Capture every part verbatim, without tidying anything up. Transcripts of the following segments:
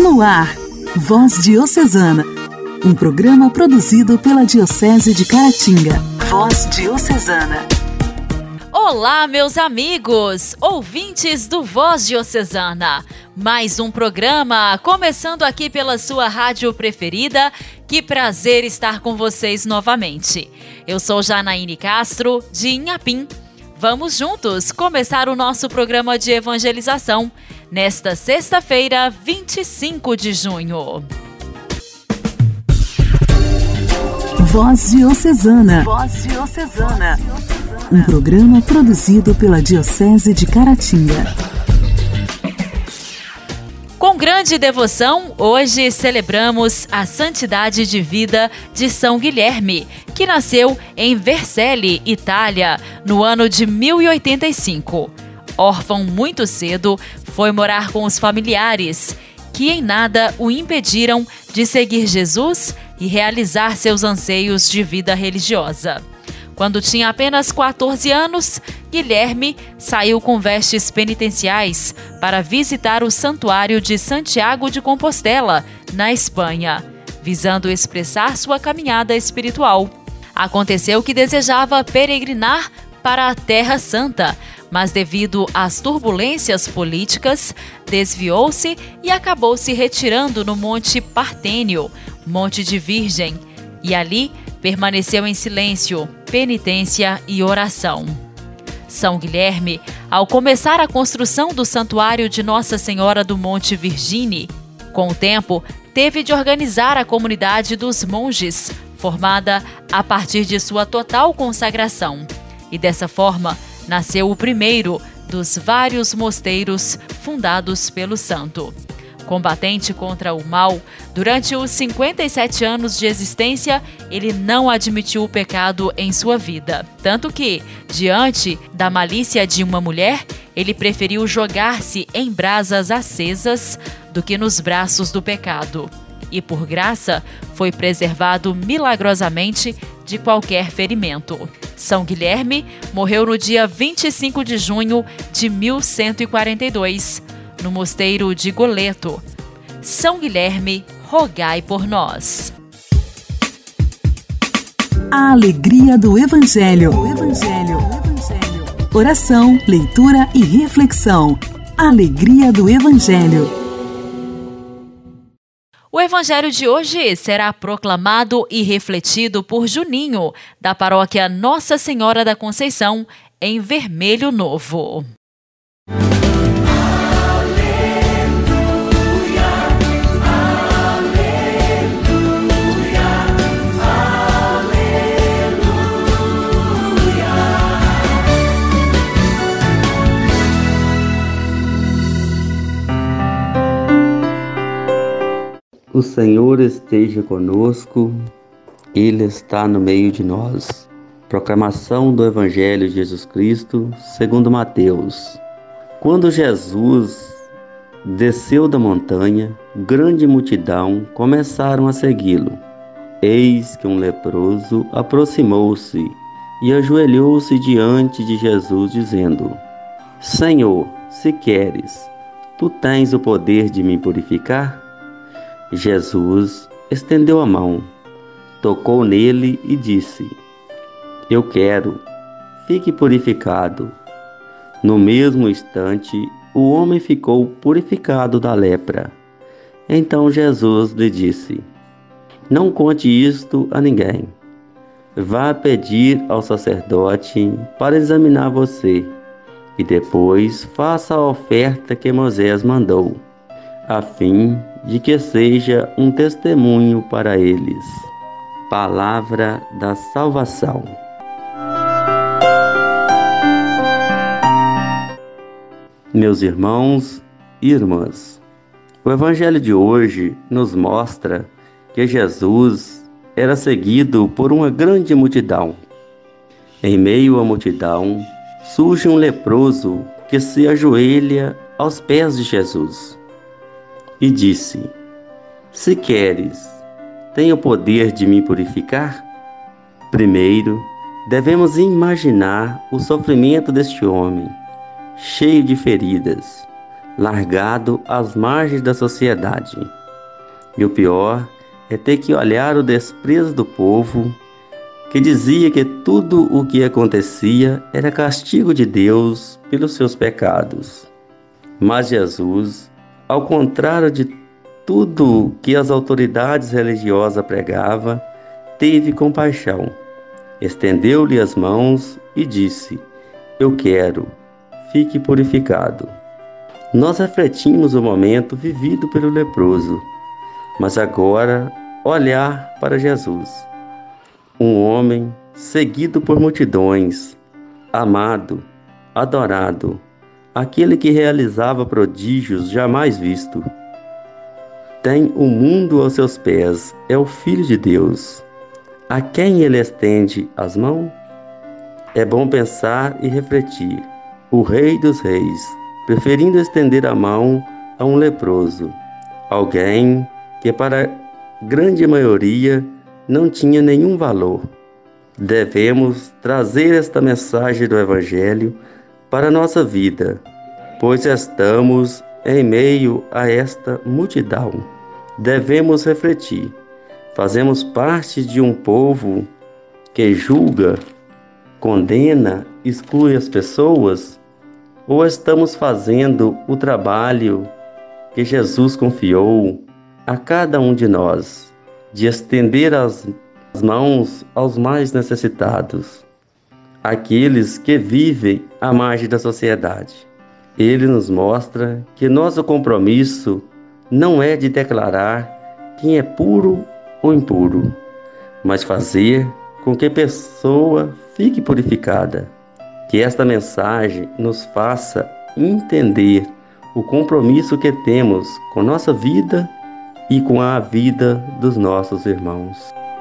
No ar, Voz Diocesana, um programa produzido pela Diocese de Caratinga. Voz Diocesana. Olá, meus amigos, ouvintes do Voz Diocesana. Mais um programa começando aqui pela sua rádio preferida. Que prazer estar com vocês novamente. Eu sou Janaíne Castro, de Inhapim. Vamos juntos começar o nosso programa de evangelização nesta sexta-feira, vinte e cinco de junho. Voz Diocesana. Voz Diocesana. Um programa produzido pela Diocese de Caratinga. Com grande devoção, hoje celebramos a santidade de vida de São Guilherme, que nasceu em Vercelli, Itália, no ano de mil e oitenta e cinco. Órfão muito cedo, foi morar com os familiares, que em nada o impediram de seguir Jesus e realizar seus anseios de vida religiosa. Quando tinha apenas quatorze anos, Guilherme saiu com vestes penitenciais para visitar o Santuário de Santiago de Compostela, na Espanha, visando expressar sua caminhada espiritual. Aconteceu que desejava peregrinar para a Terra Santa, mas devido às turbulências políticas, desviou-se e acabou se retirando no Monte Partênio, Monte de Virgem, e ali permaneceu em silêncio, penitência e oração. São Guilherme, ao começar a construção do Santuário de Nossa Senhora do Monte Virgine, com o tempo, teve de organizar a comunidade dos monges, formada a partir de sua total consagração. E dessa forma, nasceu o primeiro dos vários mosteiros fundados pelo santo. Combatente contra o mal, durante os cinquenta e sete anos de existência, ele não admitiu o pecado em sua vida. Tanto que, diante da malícia de uma mulher, ele preferiu jogar-se em brasas acesas do que nos braços do pecado. E, por graça, foi preservado milagrosamente de qualquer ferimento. São Guilherme morreu no dia vinte e cinco de junho de mil cento e quarenta e dois, no mosteiro de Goleto. São Guilherme, rogai por nós. A alegria do Evangelho. O Evangelho. O Evangelho. Oração, leitura e reflexão. A alegria do Evangelho. O Evangelho de hoje será proclamado e refletido por Juninho, da paróquia Nossa Senhora da Conceição, em Vermelho Novo. O Senhor esteja conosco, Ele está no meio de nós. Proclamação do Evangelho de Jesus Cristo, segundo Mateus. Quando Jesus desceu da montanha, grande multidão começaram a segui-lo. Eis que um leproso aproximou-se e ajoelhou-se diante de Jesus, dizendo: Senhor, se queres, tu tens o poder de me purificar? Jesus estendeu a mão, tocou nele e disse: Eu quero, fique purificado. No mesmo instante, o homem ficou purificado da lepra. Então Jesus lhe disse: Não conte isto a ninguém. Vá pedir ao sacerdote para examinar você, e depois faça a oferta que Moisés mandou, a fim de que seja um testemunho para eles. Palavra da salvação. Meus irmãos e irmãs, o Evangelho de hoje nos mostra que Jesus era seguido por uma grande multidão. Em meio à multidão, surge um leproso que se ajoelha aos pés de Jesus e disse: Se queres, tem o poder de me purificar? Primeiro, devemos imaginar o sofrimento deste homem, cheio de feridas, largado às margens da sociedade. E o pior é ter que olhar o desprezo do povo, que dizia que tudo o que acontecia era castigo de Deus pelos seus pecados. Mas Jesus, ao contrário de tudo que as autoridades religiosas pregavam, teve compaixão, estendeu-lhe as mãos e disse: eu quero, fique purificado. Nós refletimos o momento vivido pelo leproso, mas agora olhar para Jesus, um homem seguido por multidões, amado, adorado, aquele que realizava prodígios jamais vistos. Tem o mundo aos seus pés, é o Filho de Deus. A quem ele estende as mãos? É bom pensar e refletir. O Rei dos Reis, preferindo estender a mão a um leproso, alguém que para a grande maioria não tinha nenhum valor. Devemos trazer esta mensagem do Evangelho para a nossa vida, pois estamos em meio a esta multidão. Devemos refletir. Fazemos parte de um povo que julga, condena, exclui as pessoas? Ou estamos fazendo o trabalho que Jesus confiou a cada um de nós, de estender as mãos aos mais necessitados, aqueles que vivem à margem da sociedade? Ele nos mostra que nosso compromisso não é de declarar quem é puro ou impuro, mas fazer com que a pessoa fique purificada. Que esta mensagem nos faça entender o compromisso que temos com nossa vida e com a vida dos nossos irmãos.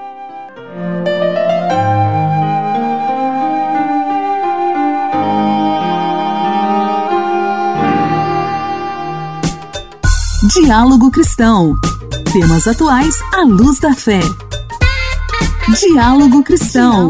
Diálogo Cristão. Temas atuais à luz da fé. Diálogo Cristão.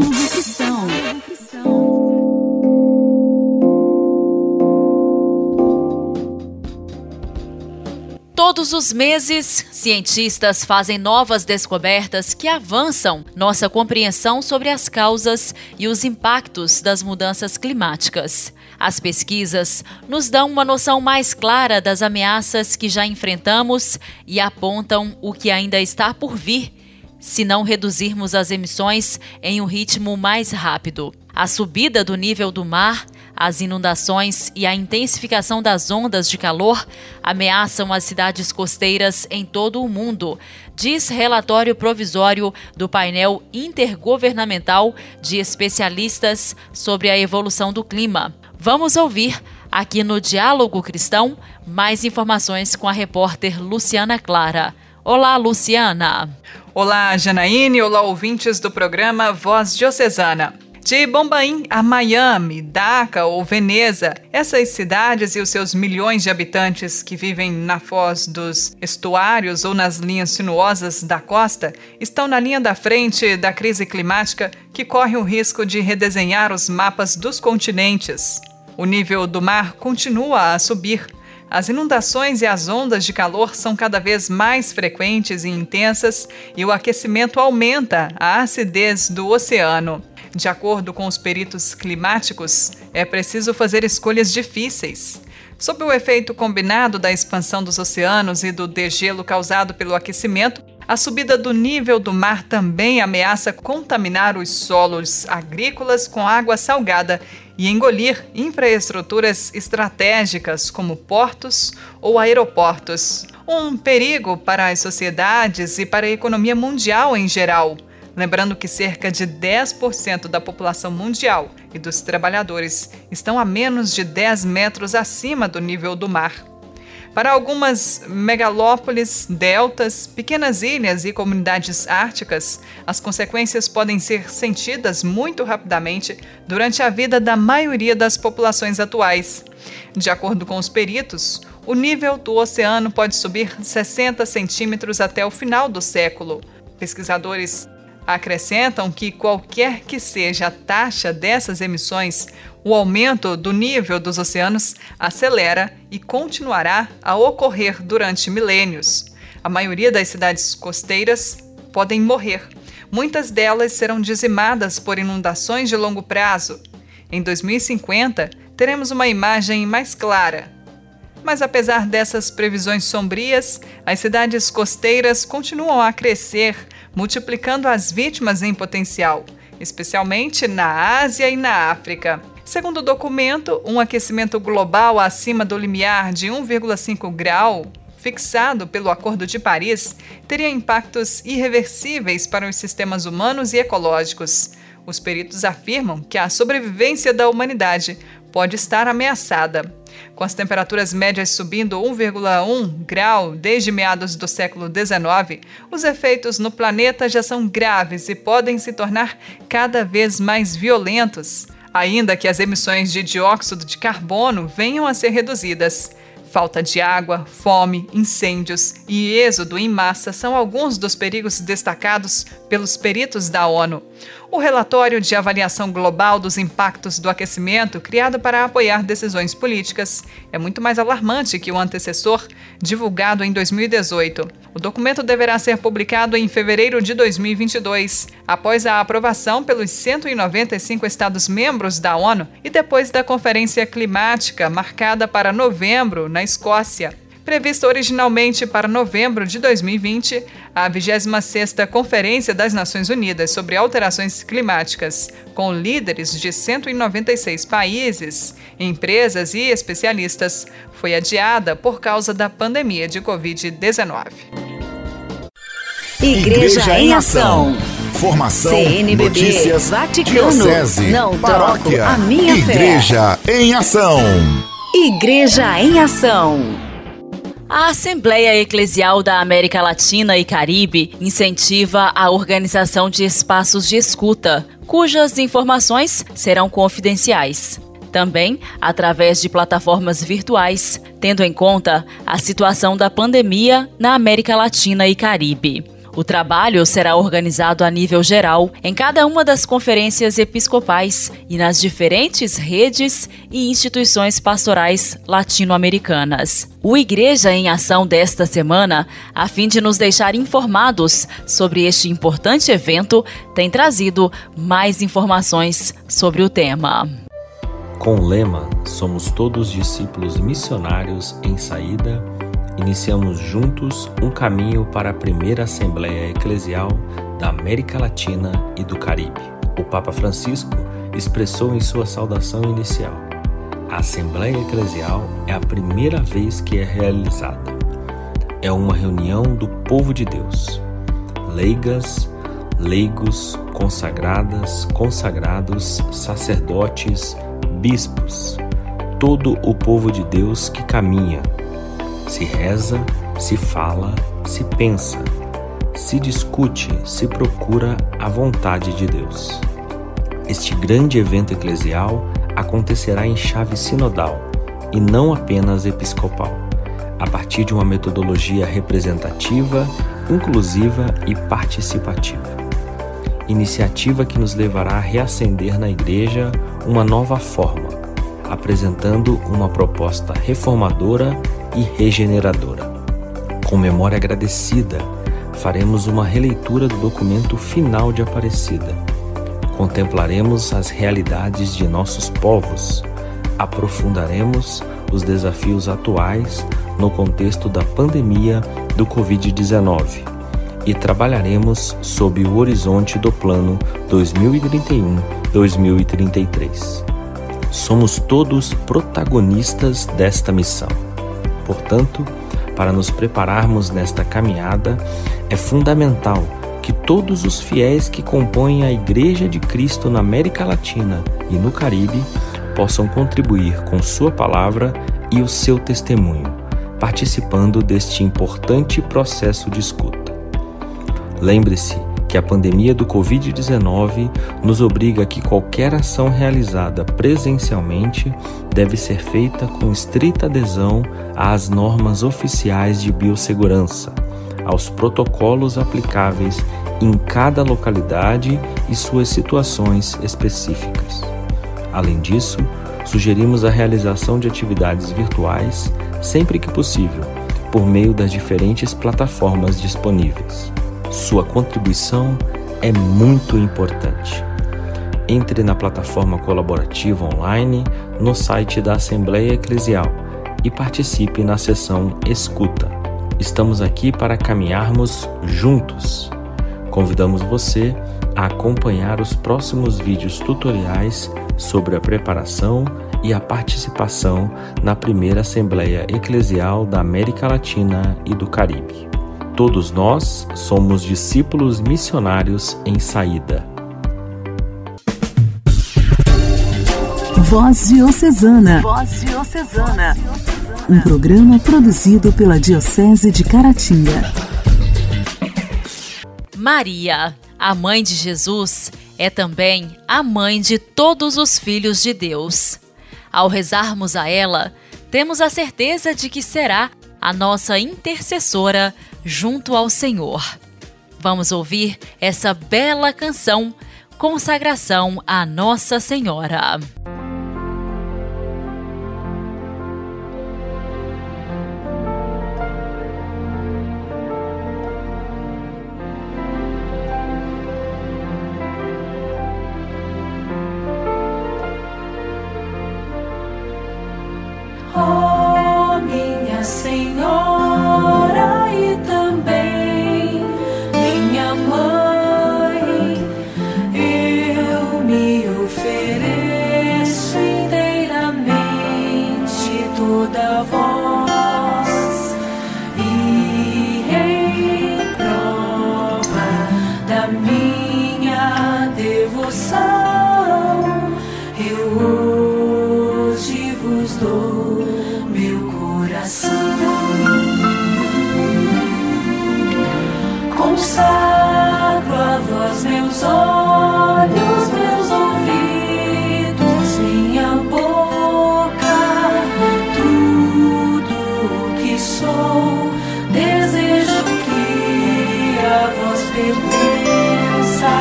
Todos os meses, cientistas fazem novas descobertas que avançam nossa compreensão sobre as causas e os impactos das mudanças climáticas. As pesquisas nos dão uma noção mais clara das ameaças que já enfrentamos e apontam o que ainda está por vir, se não reduzirmos as emissões em um ritmo mais rápido. A subida do nível do mar, as inundações e a intensificação das ondas de calor ameaçam as cidades costeiras em todo o mundo, diz relatório provisório do painel intergovernamental de especialistas sobre a evolução do clima. Vamos ouvir, aqui no Diálogo Cristão, mais informações com a repórter Luciana Clara. Olá, Luciana! Olá, Janaíne! Olá, ouvintes do programa Voz Diocesana. De Bombaim a Miami, Dhaka ou Veneza, essas cidades e os seus milhões de habitantes que vivem na foz dos estuários ou nas linhas sinuosas da costa estão na linha da frente da crise climática que corre o risco de redesenhar os mapas dos continentes. O nível do mar continua a subir. As inundações e as ondas de calor são cada vez mais frequentes e intensas e o aquecimento aumenta a acidez do oceano. De acordo com os peritos climáticos, é preciso fazer escolhas difíceis. Sob o efeito combinado da expansão dos oceanos e do degelo causado pelo aquecimento, a subida do nível do mar também ameaça contaminar os solos agrícolas com água salgada e engolir infraestruturas estratégicas como portos ou aeroportos. Um perigo para as sociedades e para a economia mundial em geral. Lembrando que cerca de dez por cento da população mundial e dos trabalhadores estão a menos de dez metros acima do nível do mar. Para algumas megalópolis, deltas, pequenas ilhas e comunidades árticas, as consequências podem ser sentidas muito rapidamente durante a vida da maioria das populações atuais. De acordo com os peritos, o nível do oceano pode subir sessenta centímetros até o final do século. Pesquisadores acrescentam que qualquer que seja a taxa dessas emissões, o aumento do nível dos oceanos acelera e continuará a ocorrer durante milênios. A maioria das cidades costeiras podem morrer. Muitas delas serão dizimadas por inundações de longo prazo. Em dois mil e cinquenta, teremos uma imagem mais clara. Mas apesar dessas previsões sombrias, as cidades costeiras continuam a crescer, multiplicando as vítimas em potencial, especialmente na Ásia e na África. Segundo o documento, um aquecimento global acima do limiar de um vírgula cinco grau, fixado pelo Acordo de Paris, teria impactos irreversíveis para os sistemas humanos e ecológicos. Os peritos afirmam que a sobrevivência da humanidade pode estar ameaçada. Com as temperaturas médias subindo um vírgula um grau desde meados do século dezenove, os efeitos no planeta já são graves e podem se tornar cada vez mais violentos, ainda que as emissões de dióxido de carbono venham a ser reduzidas. Falta de água, fome, incêndios e êxodo em massa são alguns dos perigos destacados pelos peritos da ONU. O relatório de avaliação global dos impactos do aquecimento, criado para apoiar decisões políticas, é muito mais alarmante que o antecessor, divulgado em dois mil e dezoito. O documento deverá ser publicado em fevereiro de dois mil e vinte e dois, após a aprovação pelos cento e noventa e cinco Estados-membros da ONU e depois da Conferência Climática, marcada para novembro, na Escócia. Prevista originalmente para novembro de dois mil e vinte, a vigésima sexta Conferência das Nações Unidas sobre Alterações Climáticas, com líderes de cento e noventa e seis países, empresas e especialistas, foi adiada por causa da pandemia de covid dezenove. Igreja, Igreja em Ação. Formação, C N B B, notícias, Vaticano, diocese, não paróquia, troco a minha Igreja fé. em Ação. Igreja em Ação. A Assembleia Eclesial da América Latina e Caribe incentiva a organização de espaços de escuta, cujas informações serão confidenciais. Também através de plataformas virtuais, tendo em conta a situação da pandemia na América Latina e Caribe. O trabalho será organizado a nível geral em cada uma das conferências episcopais e nas diferentes redes e instituições pastorais latino-americanas. O Igreja em Ação desta semana, a fim de nos deixar informados sobre este importante evento, tem trazido mais informações sobre o tema. Com o lema "Somos todos discípulos missionários em saída", iniciamos juntos um caminho para a primeira Assembleia Eclesial da América Latina e do Caribe. O Papa Francisco expressou em sua saudação inicial: a Assembleia Eclesial é a primeira vez que é realizada. É uma reunião do povo de Deus. Leigas, leigos, consagradas, consagrados, sacerdotes, bispos, todo o povo de Deus que caminha. Se reza, se fala, se pensa, se discute, se procura a vontade de Deus. Este grande evento eclesial acontecerá em chave sinodal e não apenas episcopal, a partir de uma metodologia representativa, inclusiva e participativa. Iniciativa que nos levará a reacender na Igreja uma nova forma, apresentando uma proposta reformadora e regeneradora. Com memória agradecida, faremos uma releitura do documento final de Aparecida. Contemplaremos as realidades de nossos povos, aprofundaremos os desafios atuais no contexto da pandemia do covid dezenove e trabalharemos sob o horizonte do plano dois mil e trinta e um a dois mil e trinta e três. Somos todos protagonistas desta missão. Portanto, para nos prepararmos nesta caminhada, é fundamental que todos os fiéis que compõem a Igreja de Cristo na América Latina e no Caribe possam contribuir com sua palavra e o seu testemunho, participando deste importante processo de escuta. Lembre-se que a pandemia do covid dezenove nos obriga a que qualquer ação realizada presencialmente deve ser feita com estrita adesão às normas oficiais de biossegurança, aos protocolos aplicáveis em cada localidade e suas situações específicas. Além disso, sugerimos a realização de atividades virtuais sempre que possível, por meio das diferentes plataformas disponíveis. Sua contribuição é muito importante. Entre na plataforma colaborativa online no site da Assembleia Eclesial e participe na sessão Escuta. Estamos aqui para caminharmos juntos. Convidamos você a acompanhar os próximos vídeos tutoriais sobre a preparação e a participação na primeira Assembleia Eclesial da América Latina e do Caribe. Todos nós somos discípulos missionários em saída. Voz Diocesana. Voz Diocesana. Um programa produzido pela Diocese de Caratinga. Maria, a mãe de Jesus, é também a mãe de todos os filhos de Deus. Ao rezarmos a ela, temos a certeza de que será a nossa intercessora junto ao Senhor. Vamos ouvir essa bela canção, Consagração à Nossa Senhora. Oh, minha Senhora e também minha mãe, eu me ofereço inteiramente toda a vós, e em prova da minha devoção eu hoje vos dou meu coração. Consagro a vós meus olhos, meus ouvidos, minha boca, tudo o que sou. Desejo que a vós pertença,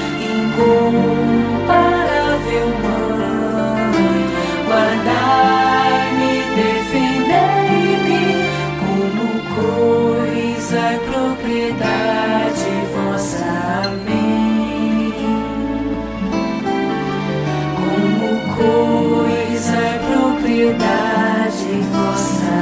incomparável Mãe. Guardai-me, defendei-me, como coisa e propriedade vossa. Amém. Como coisa e propriedade vossa.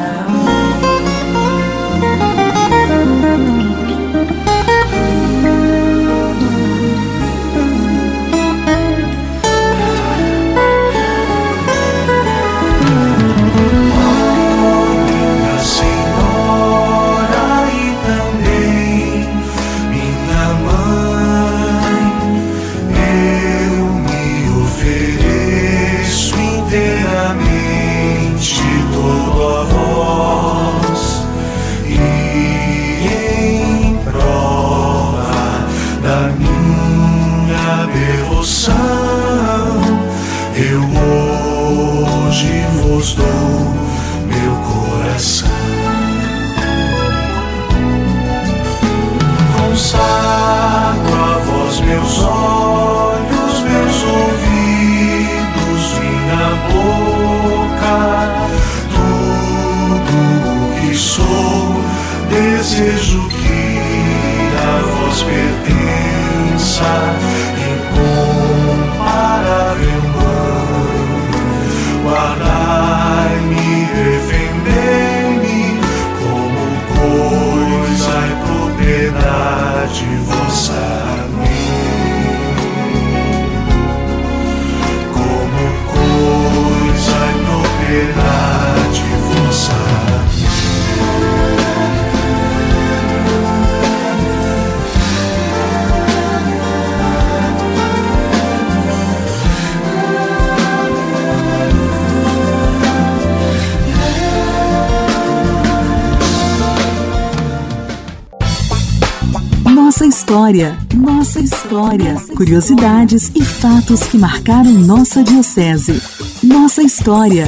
Eu hoje vos dou meu coração. Consagro a vós meus olhos, meus ouvidos, minha boca, tudo o que sou. Desejo que a vós pertença, incomparável Mãe. Guardai-me, defendei-me, como coisa e propriedade vossa. Amém. Como coisa e propriedade vossa. Nossa história, nossa história, curiosidades e fatos que marcaram nossa diocese. Nossa história.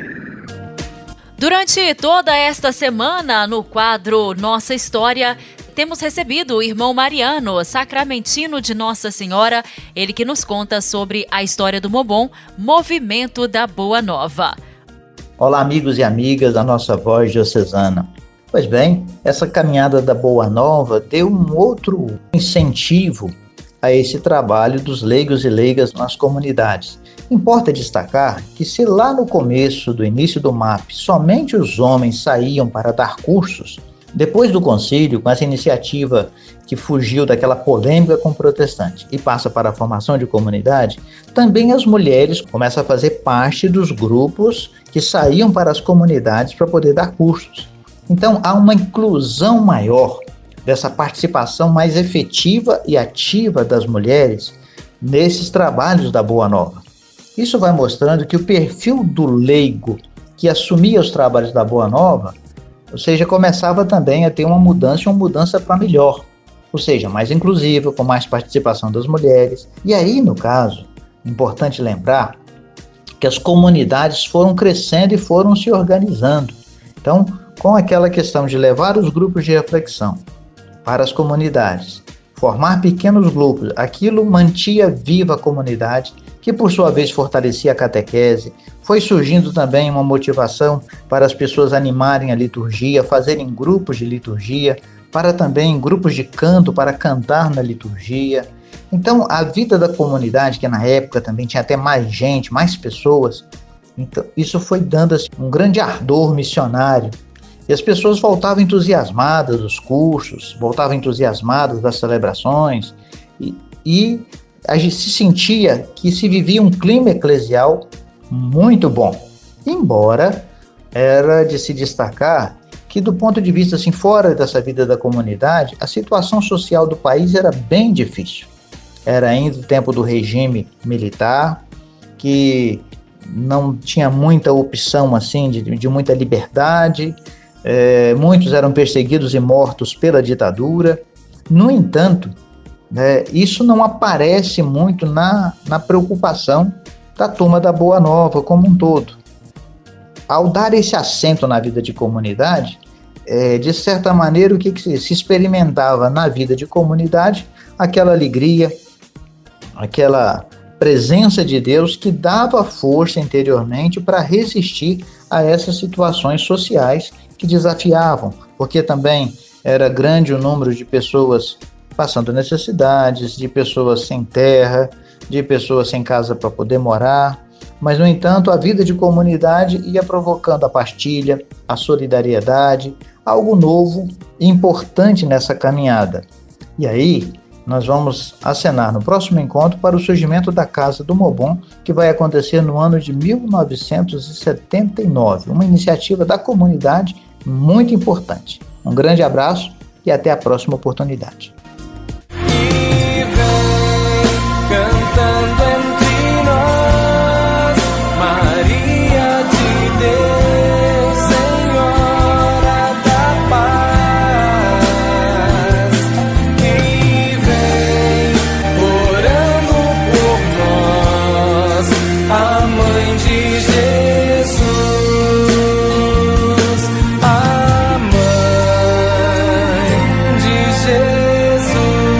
Durante toda esta semana, no quadro Nossa História, temos recebido o irmão Mariano, sacramentino de Nossa Senhora, ele que nos conta sobre a história do Mobon, Movimento da Boa Nova. Olá, amigos e amigas da nossa Voz Diocesana. Pois bem, essa caminhada da Boa Nova deu um outro incentivo a esse trabalho dos leigos e leigas nas comunidades. Importa destacar que se lá no começo do início do M A P somente os homens saíam para dar cursos, depois do concílio, com essa iniciativa que fugiu daquela polêmica com o protestante e passa para a formação de comunidade, também as mulheres começam a fazer parte dos grupos que saíam para as comunidades para poder dar cursos. Então há uma inclusão maior dessa participação mais efetiva e ativa das mulheres nesses trabalhos da Boa Nova. Isso vai mostrando que o perfil do leigo que assumia os trabalhos da Boa Nova, ou seja, começava também a ter uma mudança, uma mudança para melhor, ou seja, mais inclusiva, com mais participação das mulheres. E aí, no caso, importante lembrar que as comunidades foram crescendo e foram se organizando. Então, com aquela questão de levar os grupos de reflexão para as comunidades, formar pequenos grupos, aquilo mantinha viva a comunidade, que por sua vez fortalecia a catequese. Foi surgindo também uma motivação para as pessoas animarem a liturgia, fazerem grupos de liturgia, para também grupos de canto, para cantar na liturgia. Então a vida da comunidade, que na época também tinha até mais gente, mais pessoas, então, isso foi dando assim, um grande ardor missionário. E as pessoas voltavam entusiasmadas dos cursos, voltavam entusiasmadas das celebrações, e, e a gente se sentia que se vivia um clima eclesial muito bom. Embora era de se destacar que, do ponto de vista assim, fora dessa vida da comunidade, a situação social do país era bem difícil. Era ainda o tempo do regime militar, que não tinha muita opção assim, de, de muita liberdade. É, muitos eram perseguidos e mortos pela ditadura. No entanto, né, isso não aparece muito na, na preocupação da turma da Boa Nova como um todo. Ao dar esse assento na vida de comunidade, é, de certa maneira, o que, que se, se experimentava na vida de comunidade? Aquela alegria, aquela presença de Deus que dava força interiormente para resistir a essas situações sociais que desafiavam, porque também era grande o número de pessoas passando necessidades, de pessoas sem terra, de pessoas sem casa para poder morar, mas, no entanto, a vida de comunidade ia provocando a partilha, a solidariedade, algo novo e importante nessa caminhada. E aí, nós vamos acenar no próximo encontro para o surgimento da Casa do Mobon, que vai acontecer no ano de mil novecentos e setenta e nove, uma iniciativa da comunidade muito importante. Um grande abraço e até a próxima oportunidade. E vem cantando entre nós, Maria de Deus, Senhora da Paz. E vem orando por nós, a Mãe de Jesus, a Mãe de Jesus.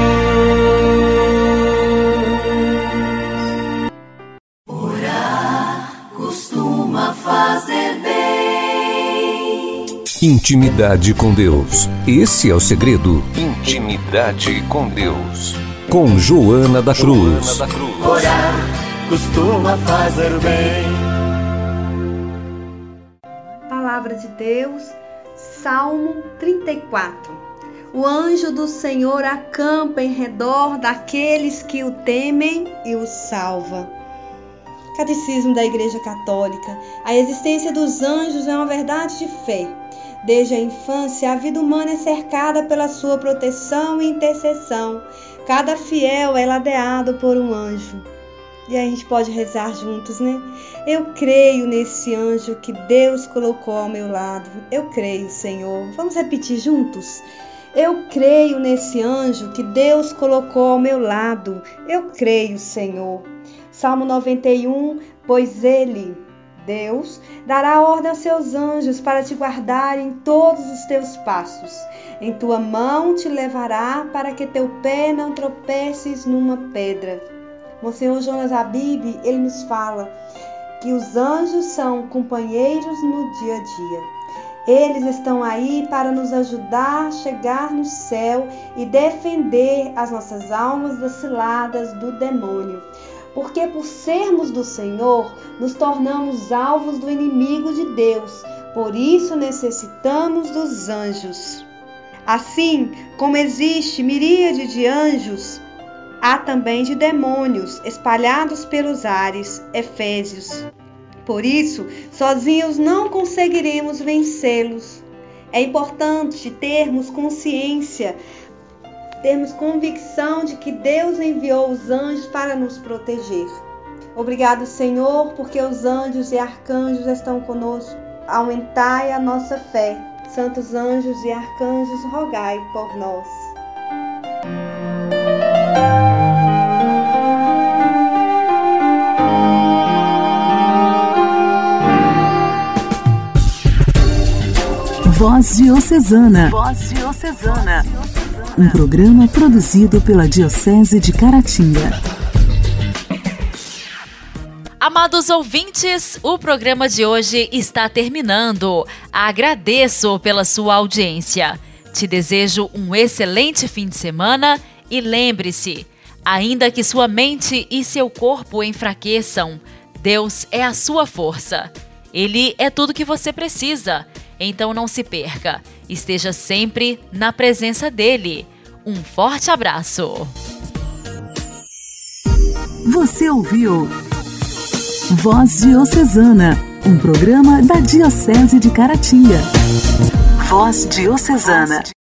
Orar costuma fazer bem. Intimidade com Deus. Esse é o segredo. Intimidade com Deus. Com Joana da Cruz. Joana da Cruz. Orar costuma fazer bem. Palavra de Deus, Salmo trinta e quatro. O anjo do Senhor acampa em redor daqueles que o temem e o salva. Catecismo da Igreja Católica. A existência dos anjos é uma verdade de fé. Desde a infância, a vida humana é cercada pela sua proteção e intercessão. Cada fiel é ladeado por um anjo. E aí a gente pode rezar juntos, né? Eu creio nesse anjo que Deus colocou ao meu lado. Eu creio, Senhor. Vamos repetir juntos? Eu creio nesse anjo que Deus colocou ao meu lado. Eu creio, Senhor. Salmo noventa e um. Pois ele Deus dará ordem aos seus anjos para te guardar em todos os teus passos. Em tua mão te levará para que teu pé não tropeces numa pedra. Monsenhor Jonas Habib, ele nos fala que os anjos são companheiros no dia a dia. Eles estão aí para nos ajudar a chegar no céu e defender as nossas almas das ciladas do demônio. Porque por sermos do Senhor, nos tornamos alvos do inimigo de Deus. Por isso necessitamos dos anjos. Assim como existe miríade de anjos, há também de demônios espalhados pelos ares. Efésios. Por isso, sozinhos não conseguiremos vencê-los. É importante termos consciência, termos convicção de que Deus enviou os anjos para nos proteger. Obrigado, Senhor, porque os anjos e arcanjos estão conosco. Aumentai a nossa fé. Santos anjos e arcanjos, rogai por nós. Voz Diocesana. Voz Diocesana. Um programa produzido pela Diocese de Caratinga. Amados ouvintes, o programa de hoje está terminando. Agradeço pela sua audiência. Te desejo um excelente fim de semana e lembre-se, ainda que sua mente e seu corpo enfraqueçam, Deus é a sua força. Ele é tudo que você precisa. Então não se perca. Esteja sempre na presença dele. Um forte abraço. Você ouviu Voz Diocesana, um programa da Diocese de Caratinga. Voz Diocesana.